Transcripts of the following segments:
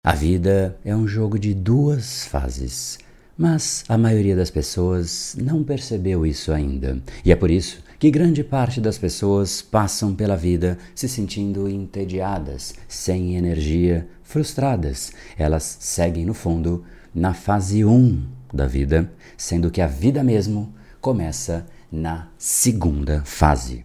A vida é um jogo de duas fases, mas a maioria das pessoas não percebeu isso ainda. E é por isso que grande parte das pessoas passam pela vida se sentindo entediadas, sem energia, frustradas. Elas seguem, no fundo, na fase 1 da vida, sendo que a vida mesmo começa na segunda fase.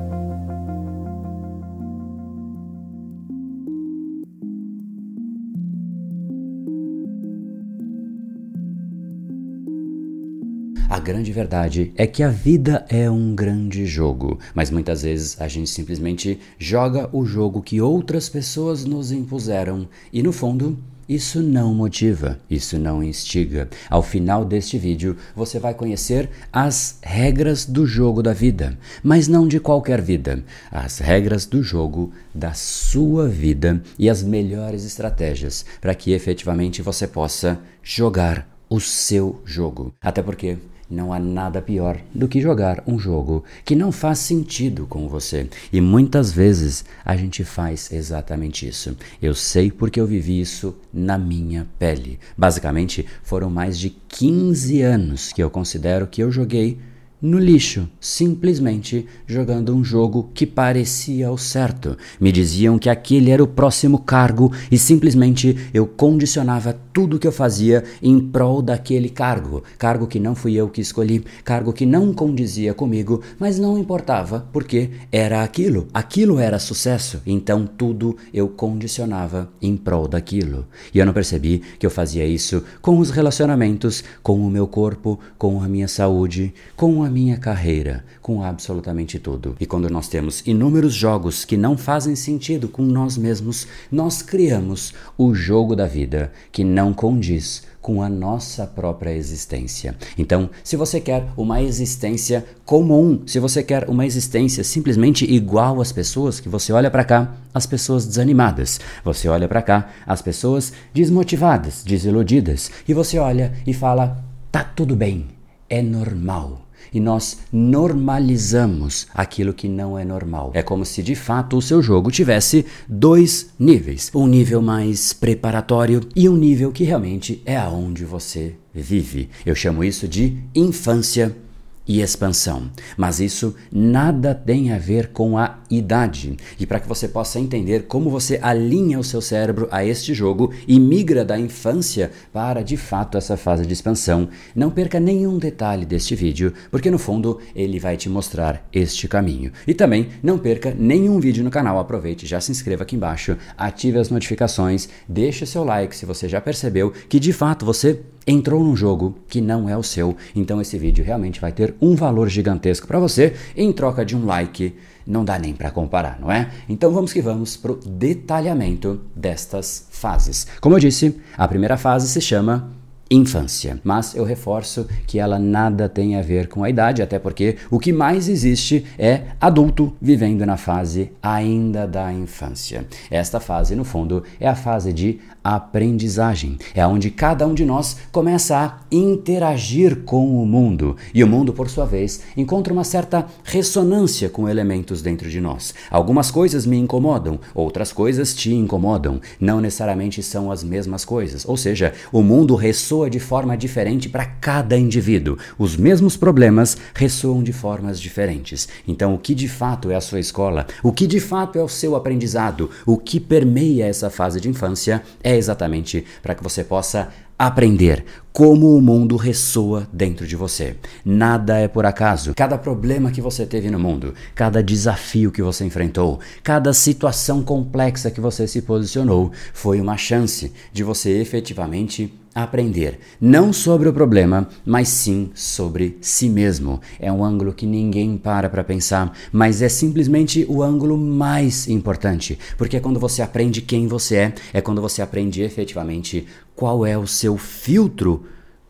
A grande verdade é que a vida é um grande jogo, mas muitas vezes a gente simplesmente joga o jogo que outras pessoas nos impuseram e, no fundo, isso não motiva, isso não instiga. Ao final deste vídeo, você vai conhecer as regras do jogo da vida, mas não de qualquer vida, as regras do jogo da sua vida e as melhores estratégias para que efetivamente você possa jogar o seu jogo. Até porque não há nada pior do que jogar um jogo que não faz sentido com você. E muitas vezes a gente faz exatamente isso. Eu sei porque eu vivi isso na minha pele. Basicamente, foram mais de 15 anos que eu considero que eu joguei no lixo, simplesmente jogando um jogo que parecia o certo. Me diziam que aquele era o próximo cargo e simplesmente eu condicionava tudo que eu fazia em prol daquele cargo. Cargo que não fui eu que escolhi, cargo que não condizia comigo, mas não importava porque era aquilo. Aquilo era sucesso, então tudo eu condicionava em prol daquilo. E eu não percebi que eu fazia isso com os relacionamentos, com o meu corpo, com a minha saúde, com a minha carreira, com absolutamente tudo. E quando nós temos inúmeros jogos que não fazem sentido com nós mesmos, nós criamos o jogo da vida que não condiz com a nossa própria existência. Então, se você quer uma existência comum, se você quer uma existência simplesmente igual às pessoas, que você olha para cá, as pessoas desanimadas, você olha para cá, as pessoas desmotivadas, desiludidas, e você olha e fala, tá tudo bem, é normal. E nós normalizamos aquilo que não é normal. É como se de fato o seu jogo tivesse dois níveis. Um nível mais preparatório e um nível que realmente é aonde você vive. Eu chamo isso de infância e expansão. Mas isso nada tem a ver com a idade. E para que você possa entender como você alinha o seu cérebro a este jogo e migra da infância para de fato essa fase de expansão, não perca nenhum detalhe deste vídeo, porque no fundo ele vai te mostrar este caminho. E também não perca nenhum vídeo no canal, aproveite, já se inscreva aqui embaixo, ative as notificações, deixe seu like se você já percebeu que de fato você entrou num jogo que não é o seu, então esse vídeo realmente vai ter um valor gigantesco para você, em troca de um like, não dá nem para comparar, não é? Então vamos que vamos pro detalhamento destas fases. Como eu disse, a primeira fase se chama infância, mas eu reforço que ela nada tem a ver com a idade, até porque o que mais existe é adulto vivendo na fase ainda da infância. Esta fase, no fundo, é a fase de aprendizagem, é onde cada um de nós começa a interagir com o mundo, e o mundo, por sua vez, encontra uma certa ressonância com elementos dentro de nós. Algumas coisas me incomodam, outras coisas te incomodam, não necessariamente são as mesmas coisas, ou seja, o mundo ressoa de forma diferente para cada indivíduo. Os mesmos problemas ressoam de formas diferentes. Então, o que de fato é a sua escola, o que de fato é o seu aprendizado, o que permeia essa fase de infância é exatamente para que você possa aprender como o mundo ressoa dentro de você. Nada é por acaso. Cada problema que você teve no mundo, cada desafio que você enfrentou, cada situação complexa que você se posicionou, foi uma chance de você efetivamente aprender, não sobre o problema, mas sim sobre si mesmo. É um ângulo que ninguém para pensar, mas é simplesmente o ângulo mais importante, porque é quando você aprende quem você é quando você aprende efetivamente qual é o seu filtro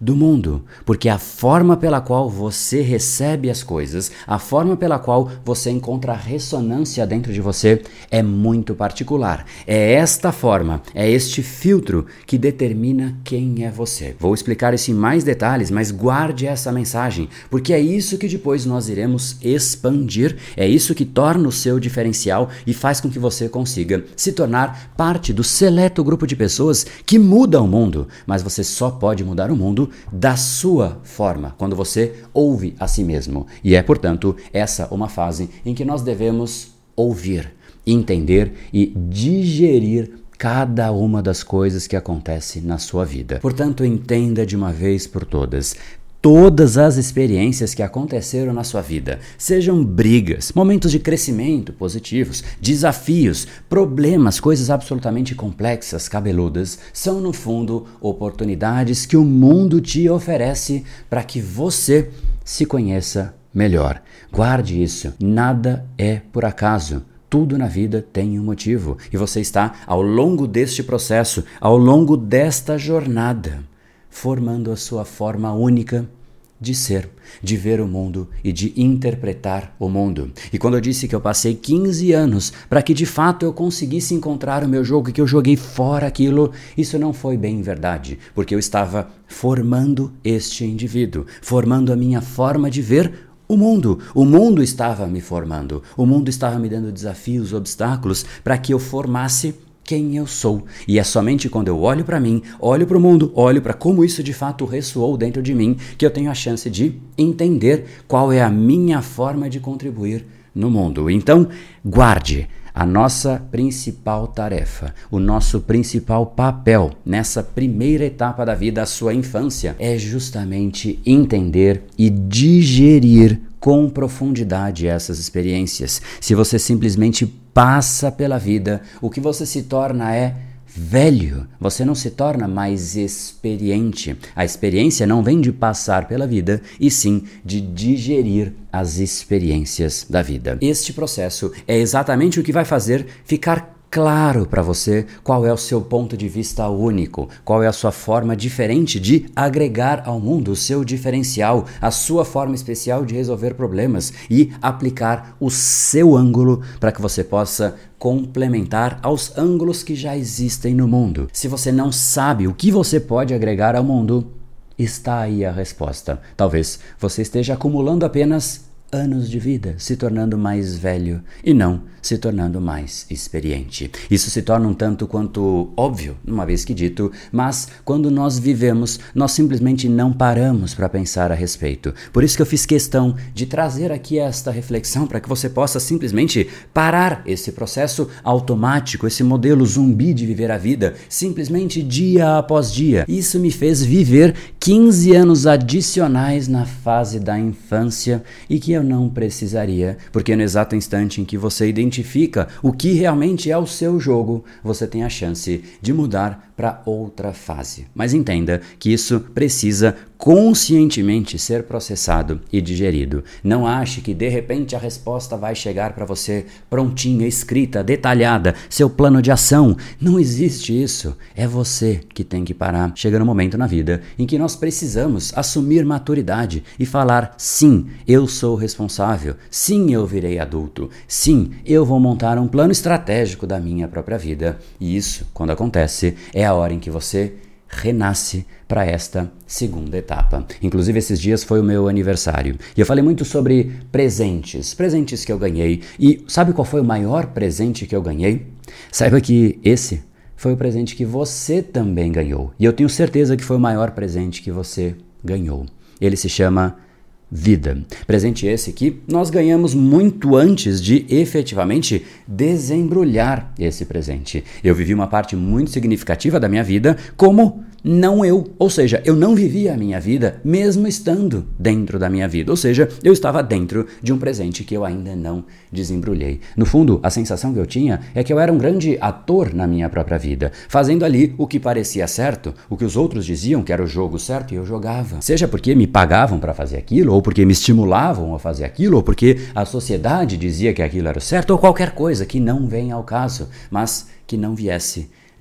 do mundo, porque a forma pela qual você recebe as coisas, a forma pela qual você encontra ressonância dentro de você é muito particular. É esta forma, é este filtro que determina quem é você. Vou explicar isso em mais detalhes, mas guarde essa mensagem, porque é isso que depois nós iremos expandir, é isso que torna o seu diferencial e faz com que você consiga se tornar parte do seleto grupo de pessoas que muda o mundo, mas você só pode mudar o mundo da sua forma, quando você ouve a si mesmo. E é, portanto, essa uma fase em que nós devemos ouvir, entender e digerir cada uma das coisas que acontece na sua vida. Portanto, entenda de uma vez por todas. Todas as experiências que aconteceram na sua vida, sejam brigas, momentos de crescimento positivos, desafios, problemas, coisas absolutamente complexas, cabeludas, são no fundo oportunidades que o mundo te oferece para que você se conheça melhor. Guarde isso, nada é por acaso. Tudo na vida tem um motivo e você está ao longo deste processo, ao longo desta jornada, formando a sua forma única de ser, de ver o mundo e de interpretar o mundo. E quando eu disse que eu passei 15 anos para que de fato eu conseguisse encontrar o meu jogo e que eu joguei fora aquilo, isso não foi bem verdade, porque eu estava formando este indivíduo, formando a minha forma de ver o mundo. O mundo estava me formando, o mundo estava me dando desafios, obstáculos para que eu formasse quem eu sou. E é somente quando eu olho para mim, olho para o mundo, olho para como isso de fato ressoou dentro de mim, que eu tenho a chance de entender qual é a minha forma de contribuir no mundo. Então, guarde a nossa principal tarefa, o nosso principal papel nessa primeira etapa da vida, a sua infância, é justamente entender e digerir com profundidade essas experiências. Se você simplesmente passa pela vida, o que você se torna é velho, você não se torna mais experiente. A experiência não vem de passar pela vida, e sim de digerir as experiências da vida. Este processo é exatamente o que vai fazer ficar claro para você qual é o seu ponto de vista único, qual é a sua forma diferente de agregar ao mundo, o seu diferencial, a sua forma especial de resolver problemas e aplicar o seu ângulo para que você possa complementar aos ângulos que já existem no mundo. Se você não sabe o que você pode agregar ao mundo, está aí a resposta. Talvez você esteja acumulando apenas anos de vida, se tornando mais velho e não se tornando mais experiente. Isso se torna um tanto quanto óbvio, uma vez que dito, mas quando nós vivemos, nós simplesmente não paramos para pensar a respeito. Por isso que eu fiz questão de trazer aqui esta reflexão para que você possa simplesmente parar esse processo automático, esse modelo zumbi de viver a vida, simplesmente dia após dia. Isso me fez viver 15 anos adicionais na fase da infância e que eu não precisaria, porque no exato instante em que você identifica o que realmente é o seu jogo, você tem a chance de mudar para outra fase. Mas entenda que isso precisa conscientemente ser processado e digerido. Não ache que de repente a resposta vai chegar para você prontinha, escrita, detalhada, seu plano de ação. Não existe isso. É você que tem que parar. Chega no momento na vida em que nós precisamos assumir maturidade e falar: sim, eu sou responsável. Sim, eu virei adulto. Sim, eu vou montar um plano estratégico da minha própria vida. E isso, quando acontece, é a hora em que você renasce para esta segunda etapa. Inclusive, esses dias foi o meu aniversário e eu falei muito sobre presentes que eu ganhei. E sabe qual foi o maior presente que eu ganhei? Saiba que esse foi o presente que você também ganhou. E eu tenho certeza que foi o maior presente que você ganhou. Ele se chama vida. Presente esse que nós ganhamos muito antes de efetivamente desembrulhar esse presente. Eu vivi uma parte muito significativa da minha vida como não eu, ou seja, eu não vivia a minha vida mesmo estando dentro da minha vida, ou seja, eu estava dentro de um presente que eu ainda não desembrulhei. No fundo, a sensação que eu tinha é que eu era um grande ator na minha própria vida, fazendo ali o que parecia certo, o que os outros diziam que era o jogo certo e eu jogava. Seja porque me pagavam para fazer aquilo, ou porque me estimulavam a fazer aquilo, ou porque a sociedade dizia que aquilo era o certo, ou qualquer coisa que não venha ao caso, mas que não viesse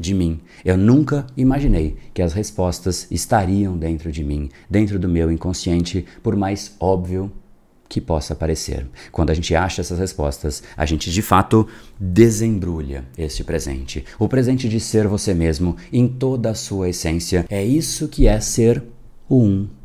de mim. Eu nunca imaginei que as respostas estariam dentro de mim, dentro do meu inconsciente, por mais óbvio que possa parecer. Quando a gente acha essas respostas, a gente de fato desembrulha este presente. O presente de ser você mesmo em toda a sua essência. É isso que é ser o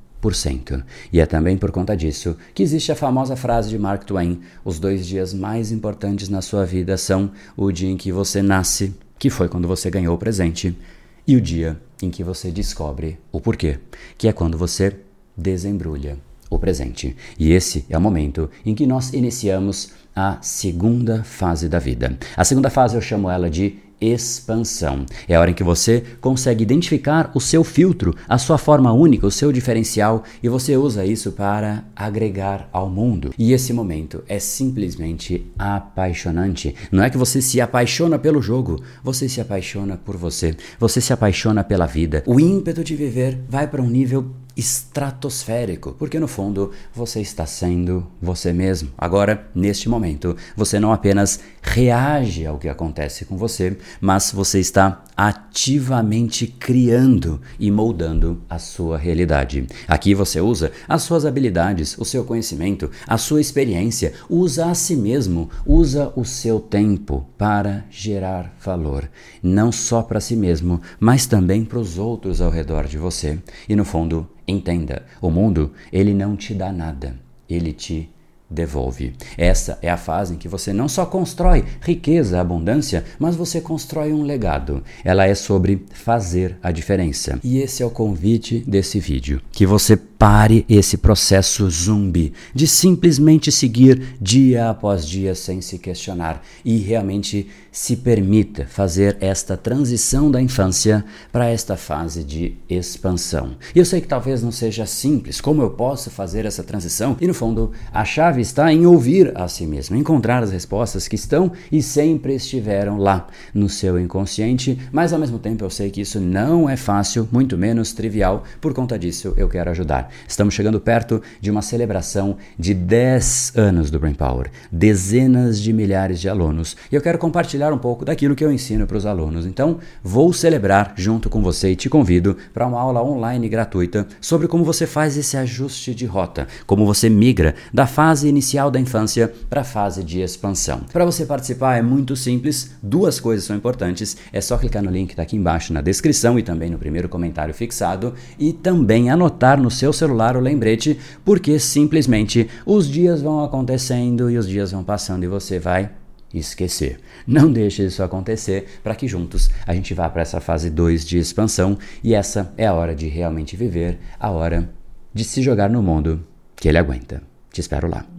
1%. E é também por conta disso que existe a famosa frase de Mark Twain: os 2 dias mais importantes na sua vida são o dia em que você nasce, que foi quando você ganhou o presente, e o dia em que você descobre o porquê, que é quando você desembrulha o presente. E esse é o momento em que nós iniciamos a segunda fase da vida. A segunda fase eu chamo ela de expansão. É a hora em que você consegue identificar o seu filtro, a sua forma única, o seu diferencial, e você usa isso para agregar ao mundo. E esse momento é simplesmente apaixonante. Não é que você se apaixona pelo jogo, você se apaixona por você. Você se apaixona pela vida. O ímpeto de viver vai para um nível estratosférico, porque no fundo você está sendo você mesmo. Agora, neste momento, você não apenas reage ao que acontece com você, mas você está ativamente criando e moldando a sua realidade. Aqui você usa as suas habilidades, o seu conhecimento, a sua experiência, usa a si mesmo, usa o seu tempo para gerar valor, não só para si mesmo, mas também para os outros ao redor de você. E no fundo, entenda, o mundo, ele não te dá nada, ele te devolve. Essa é a fase em que você não só constrói riqueza, abundância, mas você constrói um legado. Ela é sobre fazer a diferença. E esse é o convite desse vídeo, que você pare esse processo zumbi de simplesmente seguir dia após dia sem se questionar e realmente se permita fazer esta transição da infância para esta fase de expansão. E eu sei que talvez não seja simples, como eu posso fazer essa transição? E no fundo, a chave está em ouvir a si mesmo, encontrar as respostas que estão e sempre estiveram lá no seu inconsciente, mas ao mesmo tempo eu sei que isso não é fácil, muito menos trivial. Por conta disso, eu quero ajudar. Estamos chegando perto de uma celebração de 10 anos do Brain Power, dezenas de milhares de alunos, e eu quero compartilhar um pouco daquilo que eu ensino para os alunos. Então, vou celebrar junto com você e te convido para uma aula online gratuita sobre como você faz esse ajuste de rota, como você migra da fase inicial da infância para a fase de expansão. Para você participar é muito simples, 2 coisas são importantes, é só clicar no link que está aqui embaixo na descrição e também no primeiro comentário fixado, e também anotar no seu celular o lembrete, porque simplesmente os dias vão acontecendo e os dias vão passando e você vai esquecer. Não deixe isso acontecer para que juntos a gente vá para essa fase 2 de expansão, e essa é a hora de realmente viver, a hora de se jogar no mundo que ele aguenta. Te espero lá.